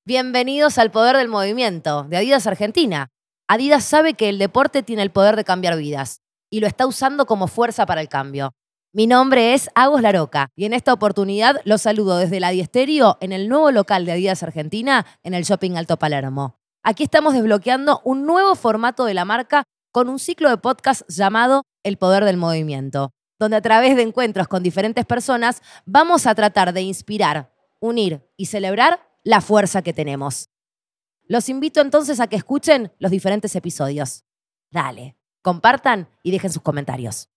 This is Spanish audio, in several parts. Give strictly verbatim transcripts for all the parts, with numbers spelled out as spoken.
Bienvenidos al Poder del Movimiento, de Adidas Argentina. Adidas sabe que el deporte tiene el poder de cambiar vidas y lo está usando como fuerza para el cambio. Mi nombre es Agos Laroca y en esta oportunidad los saludo desde la Diesterio en el nuevo local de Adidas Argentina en el Shopping Alto Palermo. Aquí estamos desbloqueando un nuevo formato de la marca con un ciclo de podcast llamado El Poder del Movimiento, donde a través de encuentros con diferentes personas vamos a tratar de inspirar, unir y celebrar la fuerza que tenemos. Los invito entonces a que escuchen los diferentes episodios. Dale, compartan y dejen sus comentarios.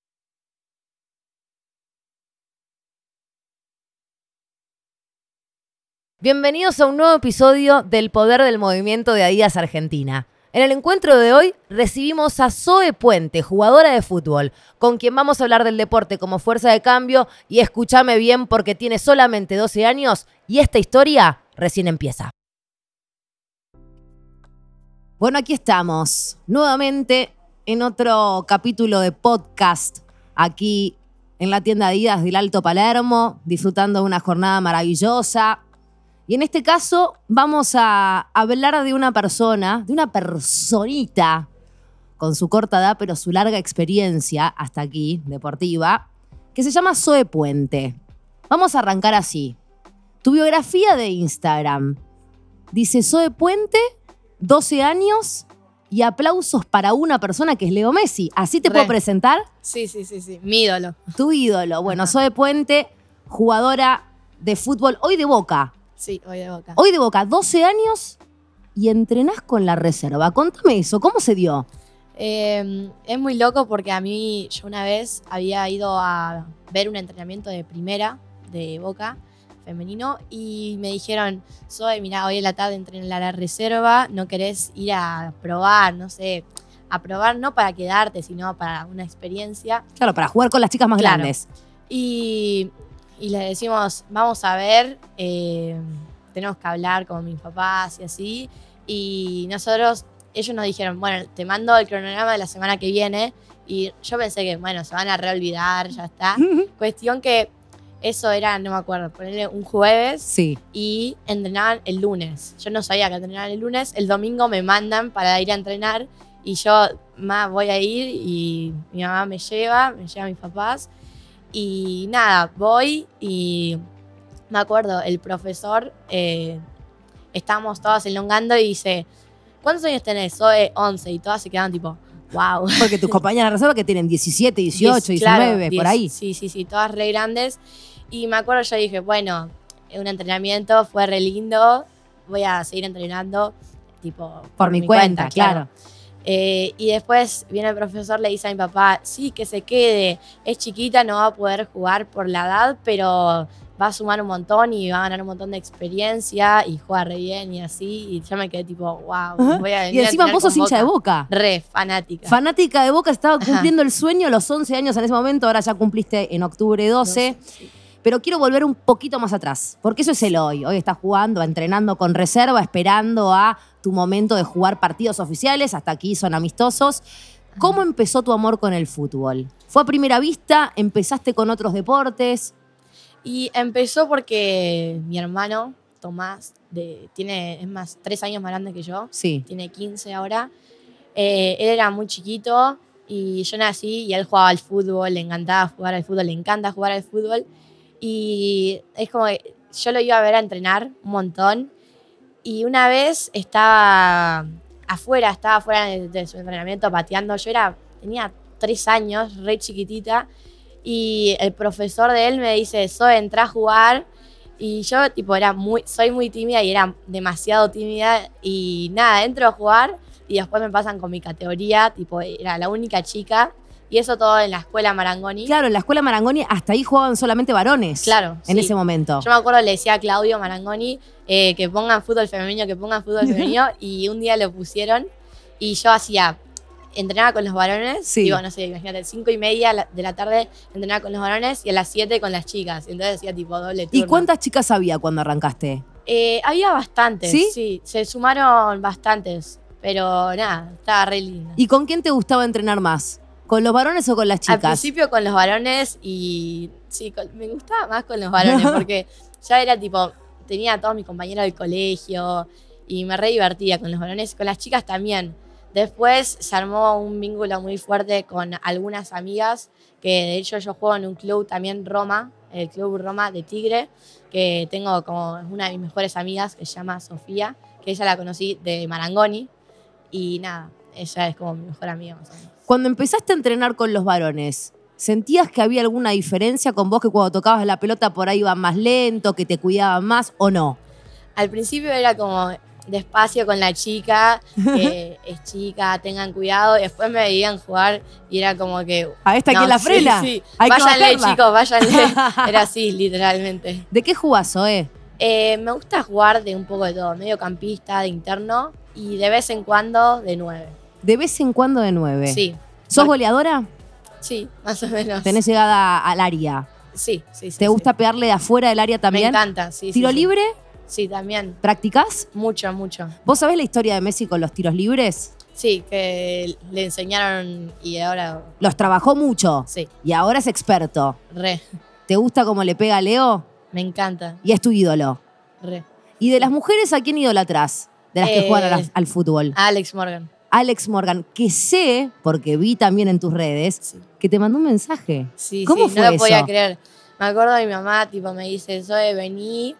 Bienvenidos a un nuevo episodio del Poder del Movimiento de Adidas Argentina. En el encuentro de hoy recibimos a Zoe Puente, jugadora de fútbol, con quien vamos a hablar del deporte como fuerza de cambio y escúchame bien porque tiene solamente doce años y esta historia recién empieza. Bueno, aquí estamos, nuevamente en otro capítulo de podcast, aquí en la tienda Adidas del Alto Palermo, disfrutando de una jornada maravillosa. Y en este caso vamos a hablar de una persona, de una personita, con su corta edad pero su larga experiencia hasta aquí, deportiva, que se llama Zoe Puente. Vamos a arrancar así. Tu biografía de Instagram dice Zoe Puente, doce años y aplausos para una persona que es Leo Messi. ¿Así te Re. puedo presentar? Sí, sí, sí, sí. Mi ídolo. Tu ídolo. Bueno, Ajá. Zoe Puente, jugadora de fútbol, hoy de Boca. Sí, hoy de Boca. Hoy de Boca, doce años y entrenás con la reserva. Contame eso, ¿cómo se dio? Eh, es muy loco porque a mí, yo una vez había ido a ver un entrenamiento de primera de Boca femenino y me dijeron, Zoe, mirá, hoy en la tarde entrené a la reserva, ¿no querés ir a probar, no sé, a probar no para quedarte, sino para una experiencia? Claro, para jugar con las chicas más Claro. grandes. Y, y les decimos, vamos a ver, eh, tenemos que hablar con mis papás y así. Y nosotros, ellos nos dijeron, bueno, te mando el cronograma de la semana que viene. Y yo pensé que, bueno, se van a reolvidar, ya está. Cuestión que eso era, no me acuerdo, ponerle un jueves Sí. y entrenaban el lunes. Yo no sabía que entrenaban el lunes. El domingo me mandan para ir a entrenar y yo, más voy a ir y mi mamá me lleva, me lleva a mis papás. Y nada, voy y me acuerdo, el profesor, eh, estábamos todas elongando y dice, ¿cuántos años tenés? Soy once y todas se quedaban tipo, wow. Porque tus compañeras de reserva que tienen diecisiete, dieciocho, Diez, claro, diecinueve, por diez, ahí. Sí, sí, sí, todas re grandes. Y me acuerdo, yo dije, bueno, un entrenamiento fue re lindo, voy a seguir entrenando, tipo, Por mi cuenta, claro. Eh, y después viene el profesor, le dice a mi papá, sí, que se quede, es chiquita, no va a poder jugar por la edad, pero va a sumar un montón y va a ganar un montón de experiencia y juega re bien y así. Y yo me quedé tipo, wow, voy a venir Y a encima entrenar vos sos con hincha de Boca. Boca. Re fanática. Fanática de Boca, estaba Ajá. cumpliendo el sueño a los once años en ese momento, ahora ya cumpliste en octubre doce. Sí. Pero quiero volver un poquito más atrás, porque eso es el hoy. Hoy estás jugando, entrenando con reserva, esperando a tu momento de jugar partidos oficiales, hasta aquí son amistosos. ¿Cómo empezó tu amor con el fútbol? ¿Fue a primera vista? ¿Empezaste con otros deportes? Y empezó porque mi hermano, Tomás, de, tiene, es más, tres años más grande que yo. Sí. Tiene quince ahora. Eh, él era muy chiquito y yo nací y él jugaba al fútbol, le encantaba jugar al fútbol, le encanta jugar al fútbol. Y es como que yo lo iba a ver a entrenar un montón. Y una vez estaba afuera, estaba afuera de, de su entrenamiento pateando. Yo era, tenía tres años, re chiquitita. Y el profesor de él me dice, Zoe, entrá a jugar. Y yo, tipo, era muy, soy muy tímida y era demasiado tímida. Y nada, entro a jugar y después me pasan con mi categoría. Tipo, era la única chica. Y eso todo en la escuela Marangoni. Claro, en la escuela Marangoni hasta ahí jugaban solamente varones. Claro, En sí. ese momento. Yo me acuerdo, le decía a Claudio Marangoni eh, que pongan fútbol femenino, que pongan fútbol femenino. Y un día lo pusieron y yo hacía, entrenaba con los varones. Sí. Digo, no sé, imagínate, cinco y media de la tarde entrenaba con los varones y a las siete con las chicas. Entonces hacía tipo doble turno. ¿Y cuántas chicas había cuando arrancaste? Eh, había bastantes, ¿Sí? ¿Sí? Se sumaron bastantes, pero nada, estaba re lindo. ¿Y con quién te gustaba entrenar más? ¿Con los varones o con las chicas? Al principio con los varones y sí, con- me gustaba más con los varones porque ya era tipo, tenía a todos mis compañeros del colegio y me re divertía con los varones, con las chicas también. Después se armó un vínculo muy fuerte con algunas amigas, que de hecho yo juego en un club también Roma, el club Roma de Tigre, que tengo como una de mis mejores amigas que se llama Sofía, que ella la conocí de Marangoni y nada, ella es como mi mejor amiga más o menos. Cuando empezaste a entrenar con los varones, ¿sentías que había alguna diferencia con vos, que cuando tocabas la pelota por ahí iban más lento, que te cuidaban más o no? Al principio era como despacio con la chica, que es chica, tengan cuidado. Y después me veían jugar y era como que... ¿A esta no, quién la sí, frena? Sí, Hay que váyanle, bajarla. chicos, váyanle. Era así, literalmente. ¿De qué jugás, Zoe? Eh, me gusta jugar de un poco de todo, mediocampista, de interno y de vez en cuando de nueve. De vez en cuando de nueve. Sí. ¿Sos goleadora? Sí, más o menos. ¿Tenés llegada al área? Sí, sí, sí. ¿Te sí. gusta pegarle de afuera del área también? Me encanta, sí. ¿Tiro sí, sí. libre? Sí, también. ¿Practicás? Mucho, mucho. ¿Vos sabés la historia de Messi con los tiros libres? Sí, que le enseñaron y ahora... Los trabajó mucho. Sí, Y ahora es experto. re. ¿Te gusta cómo le pega a Leo? Me encanta, Y es tu ídolo. re. ¿Y de las mujeres a quién idolatrás? De las que Eh, juegan al, al fútbol. Alex Morgan. Alex Morgan, que sé, porque vi también en tus redes, Sí, que te mandó un mensaje. sí, ¿Cómo sí, fue no lo podía eso? creer. Me acuerdo de mi mamá, tipo, me dice, Zoe, vení.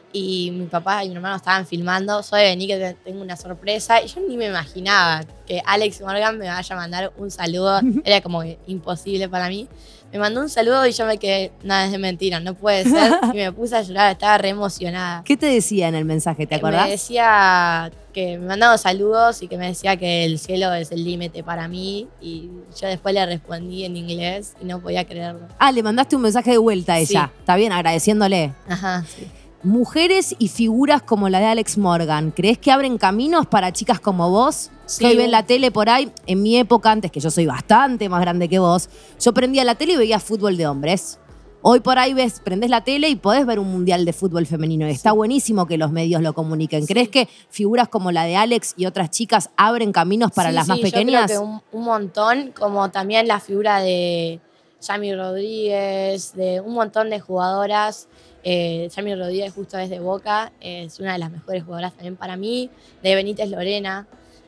Y mi papá y mi hermano estaban filmando. Zoe, vení que te- tengo una sorpresa. Y yo ni me imaginaba que Alex Morgan me vaya a mandar un saludo. Era como que imposible para mí. Me mandó un saludo y yo me quedé, nada, es de mentira, no puede ser. Y me puse a llorar, estaba re emocionada. ¿Qué te decía en el mensaje? ¿Te Eh, acordás? Me decía que me mandaba saludos y que me decía que el cielo es el límite para mí. Y yo después le respondí en inglés y no podía creerlo. Ah, le mandaste un mensaje de vuelta a ella. Sí. Está bien, agradeciéndole. Ajá, sí. Mujeres y figuras como la de Alex Morgan, ¿crees que abren caminos para chicas como vos? Sí, Que hoy ven un- la tele por ahí. En mi época, antes que yo soy bastante más grande que vos, yo prendía la tele y veía fútbol de hombres. Hoy por ahí ves, prendés la tele y podés ver un mundial de fútbol femenino. Y está buenísimo que los medios lo comuniquen. ¿Crees Sí. que figuras como la de Alex y otras chicas abren caminos para Sí, las más sí, pequeñas? Yo creo que un, un montón, como también la figura de Yami Rodríguez, de un montón de jugadoras. Eh, Yami Rodríguez justo desde Boca, es una de las mejores jugadoras también para mí. De Benítez Lorena,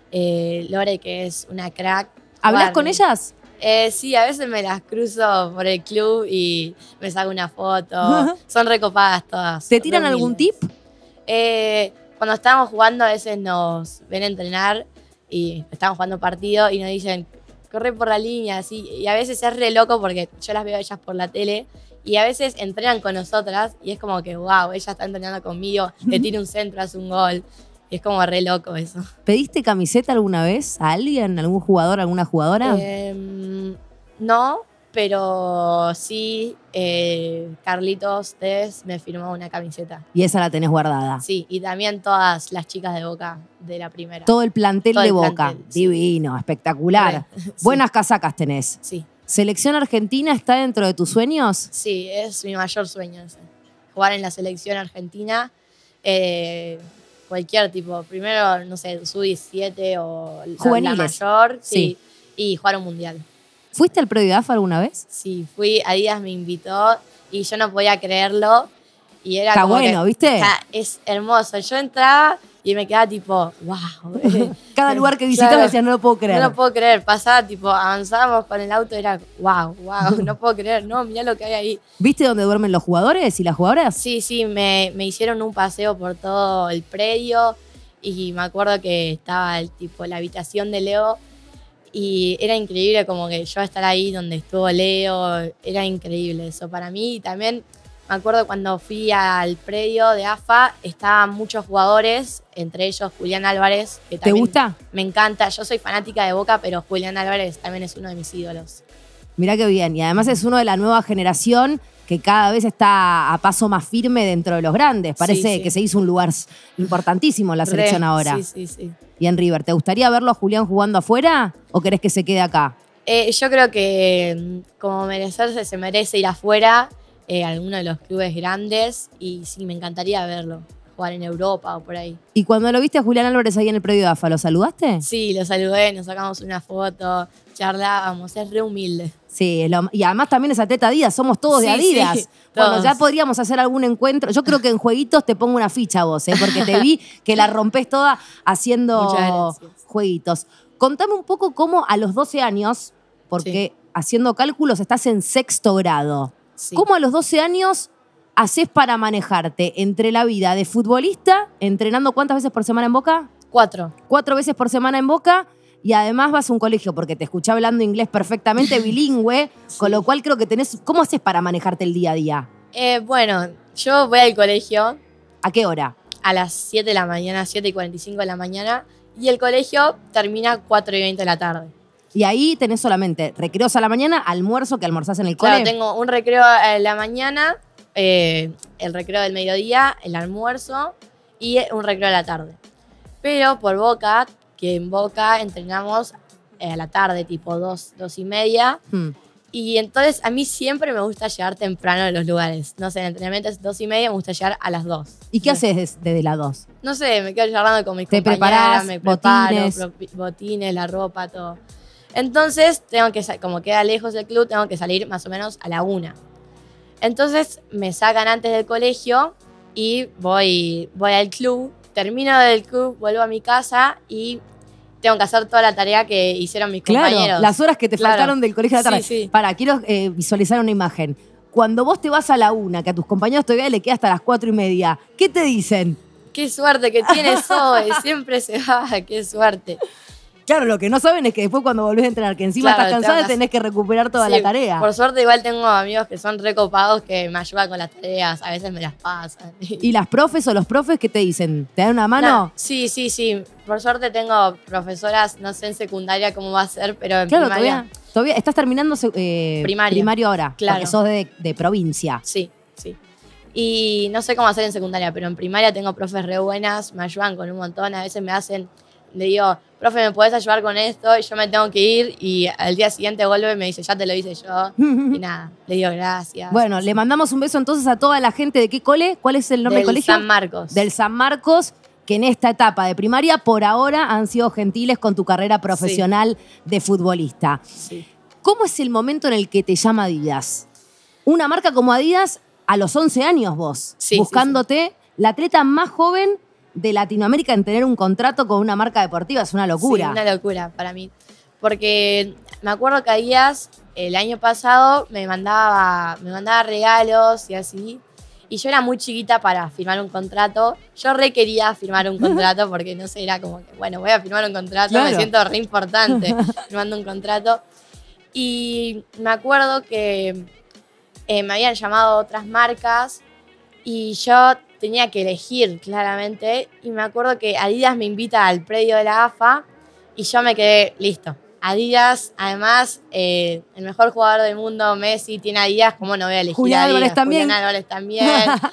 eh, Lore, que es una crack. ¿Hablas Jugar- con ellas? Eh, sí, a veces me las cruzo por el club y me saco una foto. Son recopadas todas. ¿Te re tiran algún humildes. tip? Eh, cuando estamos jugando, a veces nos ven entrenar y estamos jugando partido y nos dicen, corre por la línea, así. Y a veces es re loco porque yo las veo a ellas por la tele y a veces entrenan con nosotras y es como que, wow, ella está entrenando conmigo, le tira un centro, hace un gol. Y es como re loco eso. ¿Pediste camiseta alguna vez a alguien, algún jugador, alguna jugadora? Em, no, pero sí, eh, Carlitos Tevez me firmó una camiseta. Y esa la tenés guardada. Sí, y también todas las chicas de Boca de la primera. Todo el plantel Todo de el Boca. plantel, sí. Divino, espectacular. Re, sí. Buenas casacas tenés. Sí, ¿Selección argentina está dentro de tus sueños? sí, es mi mayor sueño ese. Jugar en la selección argentina, eh, cualquier tipo. Primero, no sé, sub diecisiete o la- Juveniles. la mayor, sí, Sí. y jugar un mundial. ¿Fuiste al Predio de A F A alguna vez? Sí, fui, Adidas me invitó y yo no podía creerlo. Y era Está como bueno, que, ¿viste? está- es hermoso. Yo entraba y me quedaba tipo, wow. Cada lugar que visitas Claro. decías, no lo puedo creer. No lo puedo creer. Pasaba, tipo, avanzábamos con el auto, era wow, wow, no puedo creer. No, mirá lo que hay ahí. ¿Viste dónde duermen los jugadores y las jugadoras? Sí, sí, me, me hicieron un paseo por todo el predio y me acuerdo que estaba el, tipo, la habitación de Leo y era increíble como que yo estar ahí donde estuvo Leo, era increíble eso para mí. Y también me acuerdo cuando fui al predio de A F A, estaban muchos jugadores, entre ellos Julián Álvarez, que ¿Te también gusta? me encanta. Yo soy fanática de Boca, pero Julián Álvarez también es uno de mis ídolos. Mirá qué bien. Y además es uno de la nueva generación que cada vez está a paso más firme dentro de los grandes. Parece Sí, sí. que se hizo un lugar importantísimo en la selección Re, ahora. Sí, sí, sí. Y en River. ¿Te gustaría verlo a Julián jugando afuera o querés que se quede acá? Eh, yo creo que mm, como merecerse se merece ir afuera, eh, a alguno de los clubes grandes, y sí, me encantaría verlo, jugar en Europa o por ahí. Y cuando lo viste a Julián Álvarez ahí en el Predio de A F A, ¿lo saludaste? Sí, lo saludé, nos sacamos una foto, charlábamos, es re humilde. Sí, es lo- y además también es atleta Adidas, somos todos Sí, de Adidas. sí, Bueno, todos. ya podríamos hacer algún encuentro. Yo creo que en jueguitos te pongo una ficha vos, ¿eh? Porque te vi que la rompés toda haciendo Muchas gracias. jueguitos. Contame un poco cómo a los doce años, porque haciendo cálculos estás en sexto grado, Sí. ¿cómo a los doce años haces para manejarte entre la vida de futbolista, entrenando cuántas veces por semana en Boca? Cuatro. Cuatro veces por semana en Boca y además vas a un colegio porque te escuché hablando inglés perfectamente, bilingüe, Sí. con lo cual creo que tenés... ¿Cómo haces para manejarte el día a día? Eh, bueno, yo voy al colegio ¿A qué hora? a las siete de la mañana, siete y cuarenta y cinco de la mañana, y el colegio termina cuatro y veinte de la tarde. Y ahí tenés solamente recreos a la mañana, almuerzo que almorzás en el Claro, cole. tengo un recreo en la mañana, eh, el recreo del mediodía, el almuerzo y un recreo a la tarde. Pero por Boca, que en Boca entrenamos eh, a la tarde, tipo dos, dos y media. Hmm. Y entonces a mí siempre me gusta llegar temprano a los lugares. No sé, el entrenamiento es dos y media, me gusta llegar a las dos. ¿Y qué haces des- desde las dos? No sé, me quedo charlando con mis Te compañeras, preparás, me preparo, botines. pro- botines, la ropa, todo. Entonces, tengo que, sa- como queda lejos del club, tengo que salir más o menos a la una. Entonces, me sacan antes del colegio y voy, voy al club, termino del club, vuelvo a mi casa y tengo que hacer toda la tarea que hicieron mis Claro, compañeros. las horas que te Claro. faltaron del colegio a la tarde. Sí, sí. Para, quiero eh, visualizar una imagen. Cuando vos te vas a la una, que a tus compañeros todavía le queda hasta las cuatro y media, ¿qué te dicen? Qué suerte que tienes hoy, siempre se va, qué suerte. Claro, lo que no saben es que después cuando volvés a entrenar, que encima Claro, estás cansada, tengo que tenés que recuperar toda Sí, la tarea. Por suerte igual tengo amigos que son recopados que me ayudan con las tareas, a veces me las pasan. ¿Y las profes o los profes qué te dicen? ¿Te dan una mano? No, sí, sí, sí. Por suerte tengo profesoras, no sé en secundaria cómo va a ser, pero en Claro, primaria. todavía, todavía estás terminando eh, Primaria. primario ahora, Claro. porque sos de, de provincia. Sí, sí. Y no sé cómo hacer en secundaria, pero en primaria tengo profes re buenas, me ayudan con un montón. A veces me hacen, le digo, profe, ¿me podés ayudar con esto? Y yo me tengo que ir y al día siguiente vuelve y me dice, ya te lo hice yo. Y nada, le digo gracias. Bueno, le mandamos un beso entonces a toda la gente de qué cole. ¿Cuál es el nombre del Del colegio? San Marcos. Del San Marcos, que en esta etapa de primaria por ahora han sido gentiles con tu carrera profesional de futbolista. Sí. ¿Cómo es el momento en el que te llama Adidas? Una marca como Adidas a los once años vos, Sí, buscándote, la atleta más joven de Latinoamérica en tener un contrato con una marca deportiva, es una locura. Sí, una locura para mí. Porque me acuerdo que Adidas el año pasado me mandaba, me mandaba regalos y así. Y yo era muy chiquita para firmar un contrato. Yo re quería firmar un contrato porque, no sé, era como que, bueno, voy a firmar un contrato, Claro. me siento re importante firmando un contrato. Y me acuerdo que eh, me habían llamado otras marcas y yo tenía que elegir claramente. Y me acuerdo que Adidas me invita al predio de la A F A y yo me quedé, listo. Adidas, además, eh, el mejor jugador del mundo, Messi, tiene Adidas, ¿cómo no voy a elegir Julián Adidas? Álvarez también. Julián Álvarez también.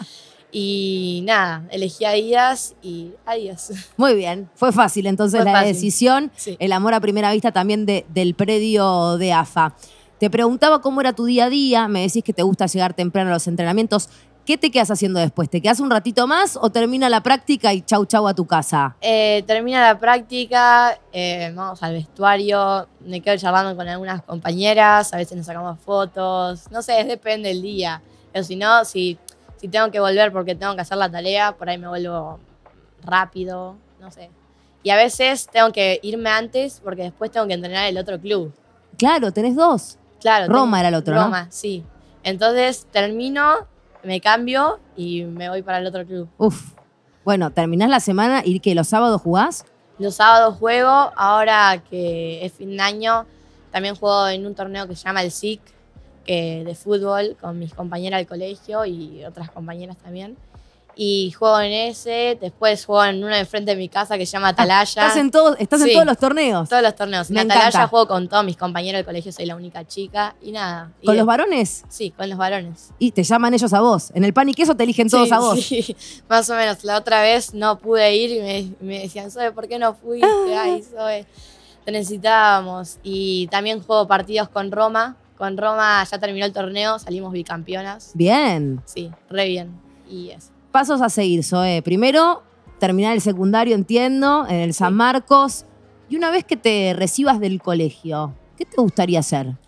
Y nada, elegí Adidas y Adidas. Muy bien, fue fácil entonces Fue la fácil. decisión, Sí. el amor a primera vista también de- del predio de A F A. Te preguntaba cómo era tu día a día, me decís que te gusta llegar temprano a los entrenamientos. ¿Qué te quedas haciendo después? ¿Te quedas un ratito más o termina la práctica y chau chau a tu casa? Eh, termina la práctica, eh, vamos al vestuario, me quedo charlando con algunas compañeras, a veces nos sacamos fotos, no sé, depende del día. Pero si no, si, si tengo que volver porque tengo que hacer la tarea, por ahí me vuelvo rápido, no sé. Y a veces tengo que irme antes porque después tengo que entrenar el otro club. Claro, tenés dos. Claro. Roma tengo- era el otro, ¿no? Roma, sí. Entonces termino, me cambio y me voy para el otro club. Uf. Bueno, terminás la semana y que los sábados jugás. Los sábados juego, ahora que es fin de año, también juego en un torneo que se llama el S I C, que, de fútbol, con mis compañeras del colegio y otras compañeras también. Y juego en ese, después juego en uno de frente de mi casa que se llama Atalaya. Estás en, todos, estás en Sí. todos los torneos. Todos los torneos. En Me Atalaya encanta. juego con todos mis compañeros del colegio, soy la única chica y nada. Y ¿Con de- los varones? Sí, con los varones. Y te llaman ellos a vos. En el pan y queso te eligen todos Sí, a vos. sí, más o menos. La otra vez no pude ir y me, me decían, Zoe, ¿por qué no fuiste? Ay, Zoe, te necesitábamos. Y también juego partidos con Roma. Con Roma ya terminó el torneo, salimos bicampeonas. Bien. Sí, re bien. Y eso. Pasos a seguir, Zoe. Primero, terminar el secundario, entiendo, en el San Marcos. Y una vez que te recibas del colegio, ¿qué te gustaría hacer?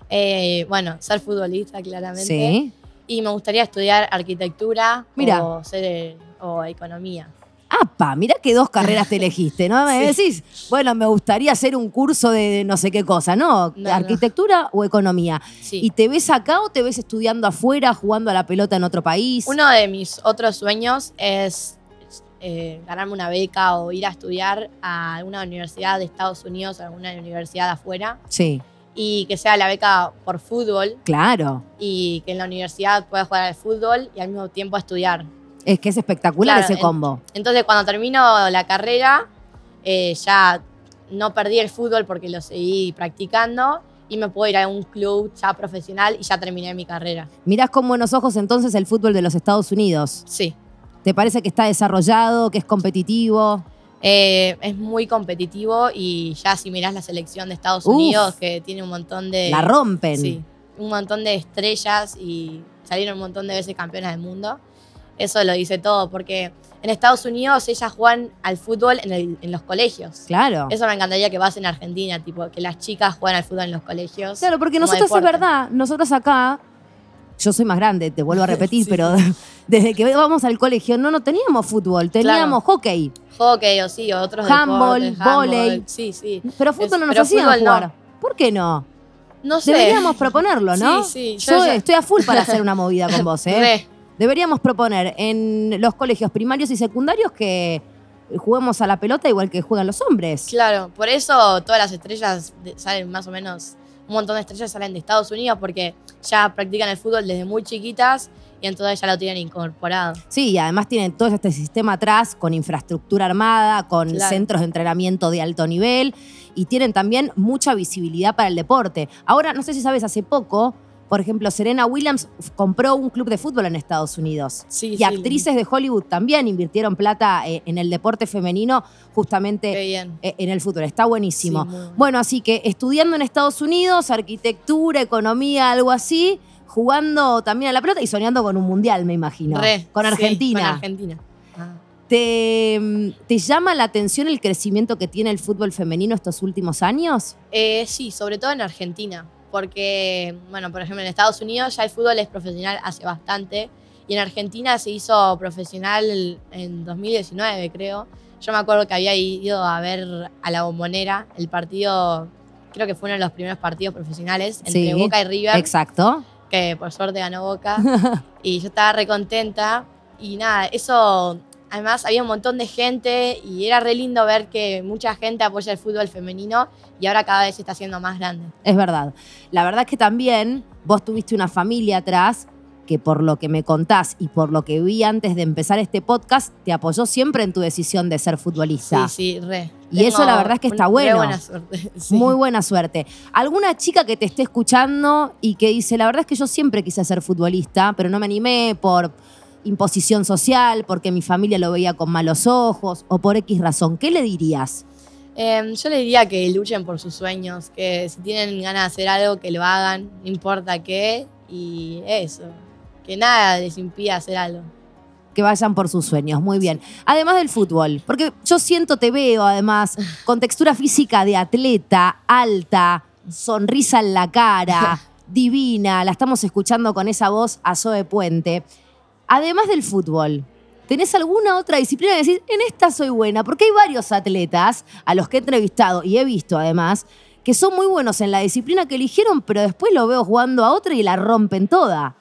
Eh, bueno, ser futbolista, claramente. Sí. Y me gustaría estudiar arquitectura Mirá. o, ser, o economía. ¡Apa! Mirá qué dos carreras te elegiste, ¿no? Me Sí. decís, bueno, me gustaría hacer un curso de no sé qué cosa, ¿no? No, ¿Arquitectura o economía? Sí. ¿Y te ves acá o te ves estudiando afuera, jugando a la pelota en otro país? Uno de mis otros sueños es eh, ganarme una beca o ir a estudiar a alguna universidad de Estados Unidos o alguna universidad afuera. Sí, Y que sea la beca por fútbol claro. y que en la universidad pueda jugar al fútbol y al mismo tiempo estudiar. Es que es espectacular Claro, ese en- combo. Entonces, cuando termino la carrera, eh, ya no perdí el fútbol porque lo seguí practicando y me puedo ir a un club ya profesional y ya terminé mi carrera. Mirás con buenos ojos entonces el fútbol de los Estados Unidos. Sí. ¿Te parece que está desarrollado, que es competitivo? Eh, es muy competitivo y ya si mirás la selección de Estados Uf. Unidos, que tiene un montón de... La rompen. Sí, un montón de estrellas y salieron un montón de veces campeonas del mundo. Eso lo dice todo, porque en Estados Unidos ellas juegan al fútbol en, el- en los colegios. Claro. Eso me encantaría que pase en Argentina, tipo, que las chicas juegan al fútbol en los colegios. Claro, porque como nosotros deporte. es verdad, nosotros acá, yo soy más grande, te vuelvo a repetir, Sí, pero desde que vamos al colegio no, no teníamos fútbol, teníamos hockey. Hockey o sí, o otros Handball, deportes. handball, vóley. Sí, sí. Pero fútbol Es- no nos pero hacían fútbol no. jugar. ¿Por qué no? No sé. Deberíamos proponerlo, ¿no? Sí, sí. Yo Yo ya- estoy a full para hacer una movida con vos, ¿eh? Re. Deberíamos proponer en los colegios primarios y secundarios que juguemos a la pelota igual que juegan los hombres. Claro, por eso todas las estrellas de- salen más o menos, un montón de estrellas salen de Estados Unidos porque ya practican el fútbol desde muy chiquitas y entonces ya lo tienen incorporado. Sí, y además tienen todo este sistema atrás con infraestructura armada, con Claro. centros de entrenamiento de alto nivel y tienen también mucha visibilidad para el deporte. Ahora, no sé si sabes, hace poco, por ejemplo, Serena Williams compró un club de fútbol en Estados Unidos. Sí, Y sí, actrices de Hollywood también invirtieron plata eh, en el deporte femenino justamente Qué bien. eh, en el fútbol. Está buenísimo. Sí, muy bueno. Bueno, así que estudiando en Estados Unidos, arquitectura, economía, algo así, jugando también a la pelota y soñando con un mundial, me imagino. Re, con sí, Argentina. con Argentina. Ah. ¿Te, ¿Te llama la atención el crecimiento que tiene el fútbol femenino estos últimos años? Eh, sí, sobre todo en Argentina, porque, bueno, por ejemplo, en Estados Unidos ya el fútbol es profesional hace bastante y en Argentina se hizo profesional en dos mil diecinueve, creo. Yo me acuerdo que había ido a ver a la Bombonera el partido, creo que fue uno de los primeros partidos profesionales entre Sí, Boca y River, Exacto. que por suerte ganó Boca, y yo estaba re contenta y nada, eso... Además, había un montón de gente y era re lindo ver que mucha gente apoya el fútbol femenino y ahora cada vez se está haciendo más grande. Es verdad. La verdad es que también vos tuviste una familia atrás que por lo que me contás y por lo que vi antes de empezar este podcast, te apoyó siempre en tu decisión de ser futbolista. Sí, sí, re. Y eso la verdad es que está una- bueno. Re buena suerte. Sí. Muy buena suerte. ¿Alguna chica que te esté escuchando y que dice, la verdad es que yo siempre quise ser futbolista, pero no me animé por imposición social, porque mi familia lo veía con malos ojos o por X razón? ¿Qué le dirías? Eh, yo le diría que luchen por sus sueños, que si tienen ganas de hacer algo, que lo hagan, no importa qué, y eso. Que nada les impida hacer algo. Que vayan por sus sueños, muy bien. Además del fútbol, porque yo siento, te veo además, con textura física de atleta, alta, sonrisa en la cara, divina, la estamos escuchando con esa voz a Zoe Puente. Además del fútbol, ¿tenés alguna otra disciplina que decís, en esta soy buena? Porque hay varios atletas a los que he entrevistado y he visto además, que son muy buenos en la disciplina que eligieron, pero después lo veo jugando a otra y la rompen toda.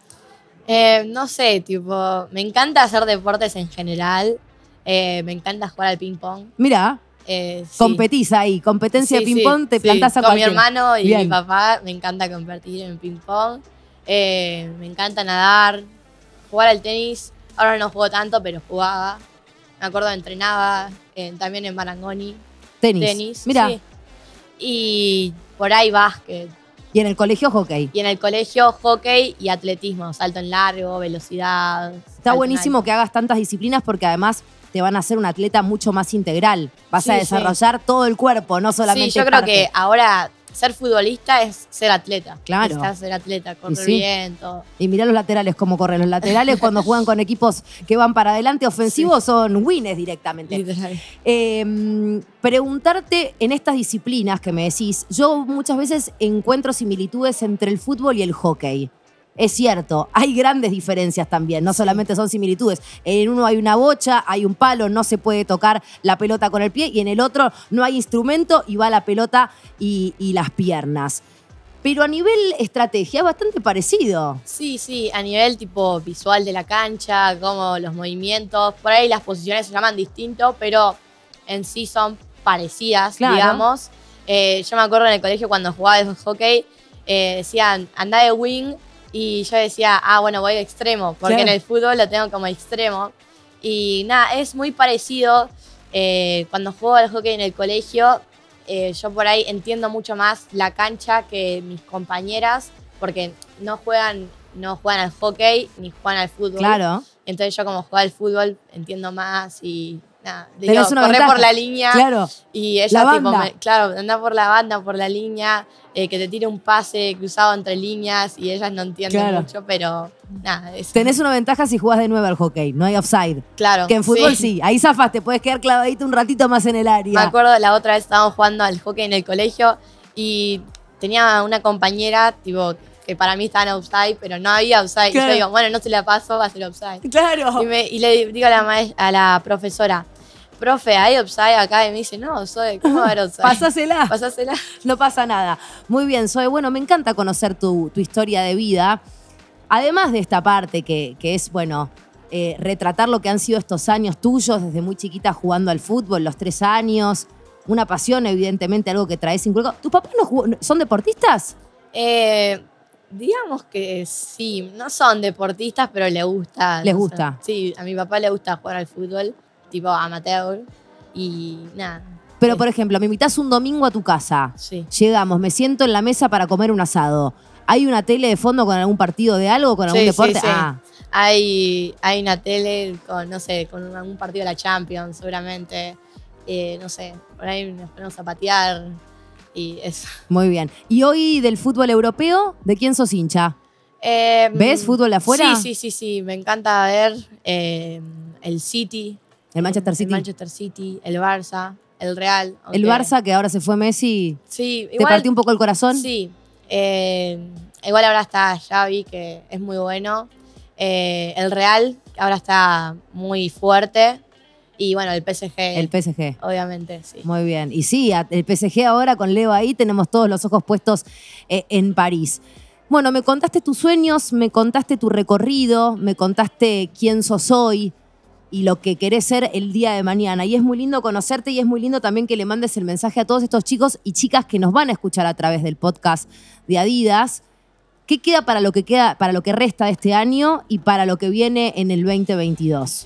Eh, no sé, tipo, me encanta hacer deportes en general. Eh, me encanta jugar al ping-pong. Mirá, Eh, sí. competís ahí, competencia Sí, de ping-pong, sí, te sí. plantás a Con mi cualquier... hermano y Bien. mi papá me encanta competir en ping-pong. Eh, me encanta nadar, jugar al tenis. Ahora no juego tanto, pero jugaba. Me acuerdo que entrenaba eh, también en Marangoni. Tenis. Tenis. Mirá, sí. Y por ahí básquet. y en el colegio hockey. Y en el colegio hockey y atletismo. Salto en largo, velocidad. Está salto en buenísimo alto. que hagas tantas disciplinas porque además te van a hacer un atleta mucho más integral. Vas Sí, a sí. desarrollar todo el cuerpo, no solamente Sí, yo creo parte. que ahora ser futbolista es ser atleta. Claro. Estás ser atleta, correr sí. bien, todo. Y mirá los laterales cómo corren. Los laterales cuando juegan con equipos que van para adelante ofensivos sí. son winners directamente. Literal. Eh, preguntarte en estas disciplinas que me decís, yo muchas veces encuentro similitudes entre el fútbol y el hockey. Es cierto, hay grandes diferencias también, no solamente son similitudes. En uno hay una bocha, hay un palo, no se puede tocar la pelota con el pie, y en el otro no hay instrumento y va la pelota y, y las piernas. Pero a nivel estrategia es bastante parecido. Sí, sí, a nivel tipo visual de la cancha, como los movimientos, por ahí las posiciones se llaman distinto, pero en sí son parecidas, claro. digamos. Eh, yo me acuerdo en el colegio cuando jugaba de hockey, eh, decían, andá de wing. Y yo decía, ah, bueno, voy de extremo, porque claro. en el fútbol lo tengo como extremo. Y nada, es muy parecido. Eh, cuando juego al hockey en el colegio, eh, yo por ahí entiendo mucho más la cancha que mis compañeras, porque no juegan, no juegan al hockey ni juegan al fútbol. Claro. Entonces yo como juego al fútbol entiendo más y nada, digo, una correr ventaja. por la línea. Claro. Y ella tipo, me, claro, anda por la banda, por la línea, eh, que te tire un pase cruzado entre líneas y ellas no entienden claro. mucho, pero nada. Es... Tenés una ventaja si jugás de nueve al hockey, no hay offside. Claro. Que en fútbol sí, sí. ahí zafás, te puedes quedar clavadito un ratito más en el área. Me acuerdo la otra vez estábamos jugando al hockey en el colegio y tenía una compañera, tipo, que para mí estaba en offside, pero no había offside. Claro. Y yo digo, bueno, no se la paso, va a ser offside. Claro. Y, me, y le digo a la, maestra, a la profesora, profe, ¿hay offside acá? Y me dice, no, Zoe, ¿cómo va a haber offside? Pasásela. Pasásela. No pasa nada. Muy bien, Zoe. Bueno, me encanta conocer tu, tu historia de vida. Además de esta parte que, que es, bueno, eh, retratar lo que han sido estos años tuyos, desde muy chiquita jugando al fútbol, los tres años, una pasión, evidentemente, algo que traes inculcado. ¿Tus papás no jugó, son deportistas? Eh... Digamos que sí, no son deportistas, pero les gusta. Les no gusta. Sé. Sí, a mi papá le gusta jugar al fútbol, tipo amateur, y nada. Pero, sí. por ejemplo, me invitas un domingo a tu casa. Sí. Llegamos, me siento en la mesa para comer un asado. ¿Hay una tele de fondo con algún partido de algo, con algún sí, deporte? Sí, sí. Ah. Hay, hay una tele con, no sé, con algún partido de la Champions, seguramente. Eh, no sé, por ahí nos ponemos a patear. Y eso. Muy bien. ¿Y hoy del fútbol europeo, de quién sos hincha? Eh, ¿Ves fútbol de afuera? Sí, sí, sí, sí. Me encanta ver eh, el City. El Manchester City. El Manchester City, el Barça, el Real. Aunque... El Barça, que ahora se fue Messi. Sí, igual, ¿te partió un poco el corazón? Sí. Eh, igual ahora está Xavi, que es muy bueno. Eh, el Real, que ahora está muy fuerte. Y bueno, el P S G. El P S G. Obviamente, sí. Muy bien. Y sí, el P S G ahora con Leo ahí tenemos todos los ojos puestos eh, en París. Bueno, me contaste tus sueños, me contaste tu recorrido, me contaste quién sos hoy y lo que querés ser el día de mañana. Y es muy lindo conocerte y es muy lindo también que le mandes el mensaje a todos estos chicos y chicas que nos van a escuchar a través del podcast de Adidas. ¿Qué queda para lo que queda, para lo que resta de este año y para lo que viene en el veinte veintidós?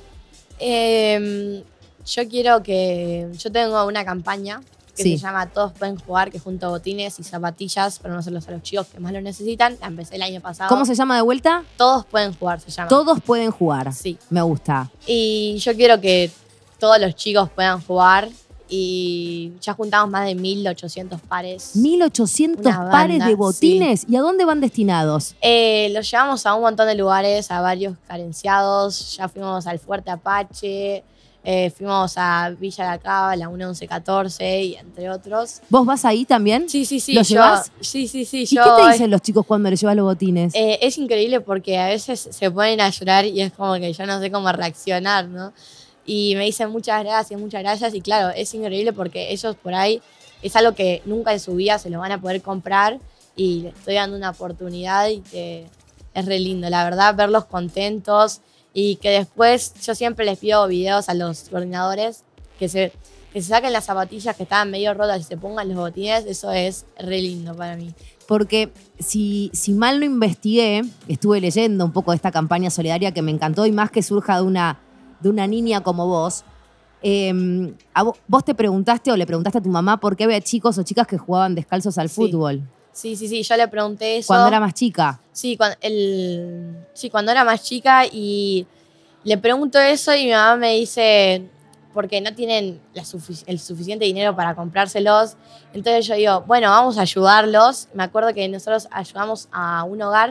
Eh, yo quiero que... Yo tengo una campaña que sí. se llama Todos pueden jugar, que junto botines y zapatillas para no hacerlos a los chicos que más lo necesitan. La empecé el año pasado. ¿Cómo se llama de vuelta? Todos pueden jugar, se llama. Todos pueden jugar. Sí. Me gusta. Y yo quiero que todos los chicos puedan jugar. Y ya juntamos más de mil ochocientos pares. mil ochocientos pares de botines. Sí. ¿Y a dónde van destinados? Eh, los llevamos a un montón de lugares, a varios carenciados. Ya fuimos al Fuerte Apache, eh, fuimos a Villa La Cava, la uno once catorce y entre otros. ¿Vos vas ahí también? Sí, sí, sí. ¿Los yo, llevás? Sí, sí, sí. ¿Y yo, qué te dicen los chicos cuando les llevas los botines? Eh, es increíble porque a veces se ponen a llorar y es como que yo no sé cómo reaccionar, ¿no? Y me dicen muchas gracias, muchas gracias. Y claro, es increíble porque ellos por ahí es algo que nunca en su vida se lo van a poder comprar. Y les estoy dando una oportunidad y que es re lindo, la verdad, verlos contentos. Y que después yo siempre les pido videos a los coordinadores que se, que se saquen las zapatillas que estaban medio rotas y se pongan los botines. Eso es re lindo para mí. Porque si, si mal no investigué, estuve leyendo un poco de esta campaña solidaria que me encantó y más que surja de una... de una niña como vos, eh, a vos, vos te preguntaste o le preguntaste a tu mamá por qué había chicos o chicas que jugaban descalzos al sí. fútbol. Sí, sí, sí, yo le pregunté eso. ¿Cuando era más chica? Sí, cuando, el, sí, cuando era más chica y le pregunto eso y mi mamá me dice, porque no tienen la sufic- el suficiente dinero para comprárselos. Entonces yo digo, bueno, vamos a ayudarlos. Me acuerdo que nosotros ayudamos a un hogar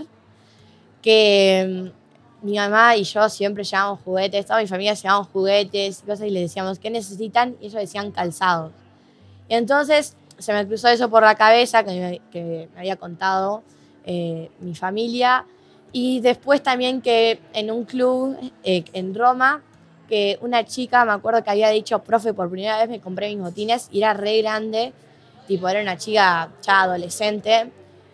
que mm, mi mamá y yo siempre llevábamos juguetes, toda mi familia llevábamos juguetes y cosas y les decíamos, ¿qué necesitan? Y ellos decían calzados. Y entonces se me cruzó eso por la cabeza, que me, que me había contado eh, mi familia. Y después también que en un club eh, en Roma, que una chica, me acuerdo que había dicho, profe, por primera vez me compré mis botines, y era re grande, tipo, era una chica ya adolescente.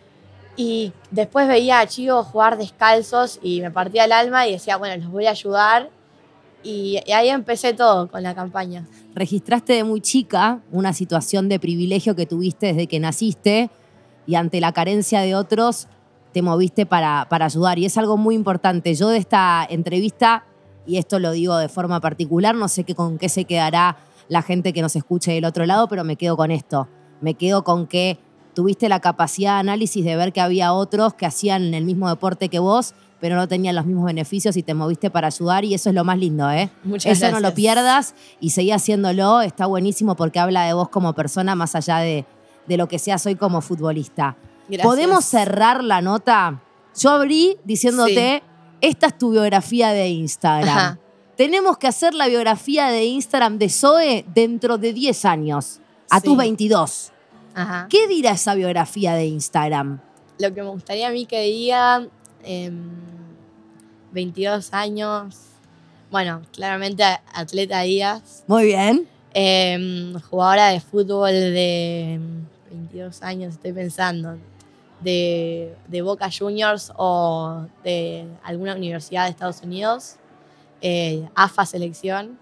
Y después veía a chicos jugar descalzos y me partía el alma y decía, bueno, los voy a ayudar. Y, y ahí empecé todo con la campaña. Registraste de muy chica una situación de privilegio que tuviste desde que naciste y ante la carencia de otros te moviste para, para ayudar. Y es algo muy importante. Yo de esta entrevista, y esto lo digo de forma particular, no sé qué, con qué se quedará la gente que nos escuche del otro lado, pero me quedo con esto. Me quedo con que tuviste la capacidad de análisis de ver que había otros que hacían el mismo deporte que vos, pero no tenían los mismos beneficios y te moviste para ayudar, y eso es lo más lindo, ¿eh? Muchas Eso gracias. no lo pierdas y seguí haciéndolo, está buenísimo porque habla de vos como persona más allá de, de lo que seas hoy como futbolista. Gracias. ¿Podemos cerrar la nota? Yo abrí diciéndote, sí, esta es tu biografía de Instagram. Ajá. Tenemos que hacer la biografía de Instagram de Zoe dentro de diez años, a Sí. tus veintidós. Ajá. ¿Qué dirá esa biografía de Instagram? Lo que me gustaría a mí que diga, eh, veintidós años, bueno, claramente atleta Díaz, Muy bien. eh, jugadora de fútbol de veintidós años, estoy pensando, de, de Boca Juniors o de alguna universidad de Estados Unidos, eh, A F A selección,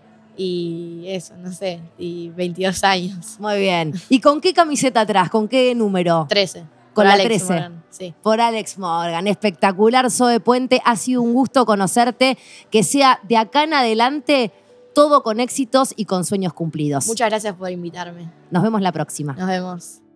y eso, no sé, y veintidós años. Muy bien. ¿Y con qué camiseta atrás? ¿Con qué número? trece. Con Por la Alex trece. Morgan, sí. Por Alex Morgan. Espectacular, Zoe Puente. Ha sido un gusto conocerte. Que sea de acá en adelante todo con éxitos y con sueños cumplidos. Muchas gracias por invitarme. Nos vemos la próxima. Nos vemos.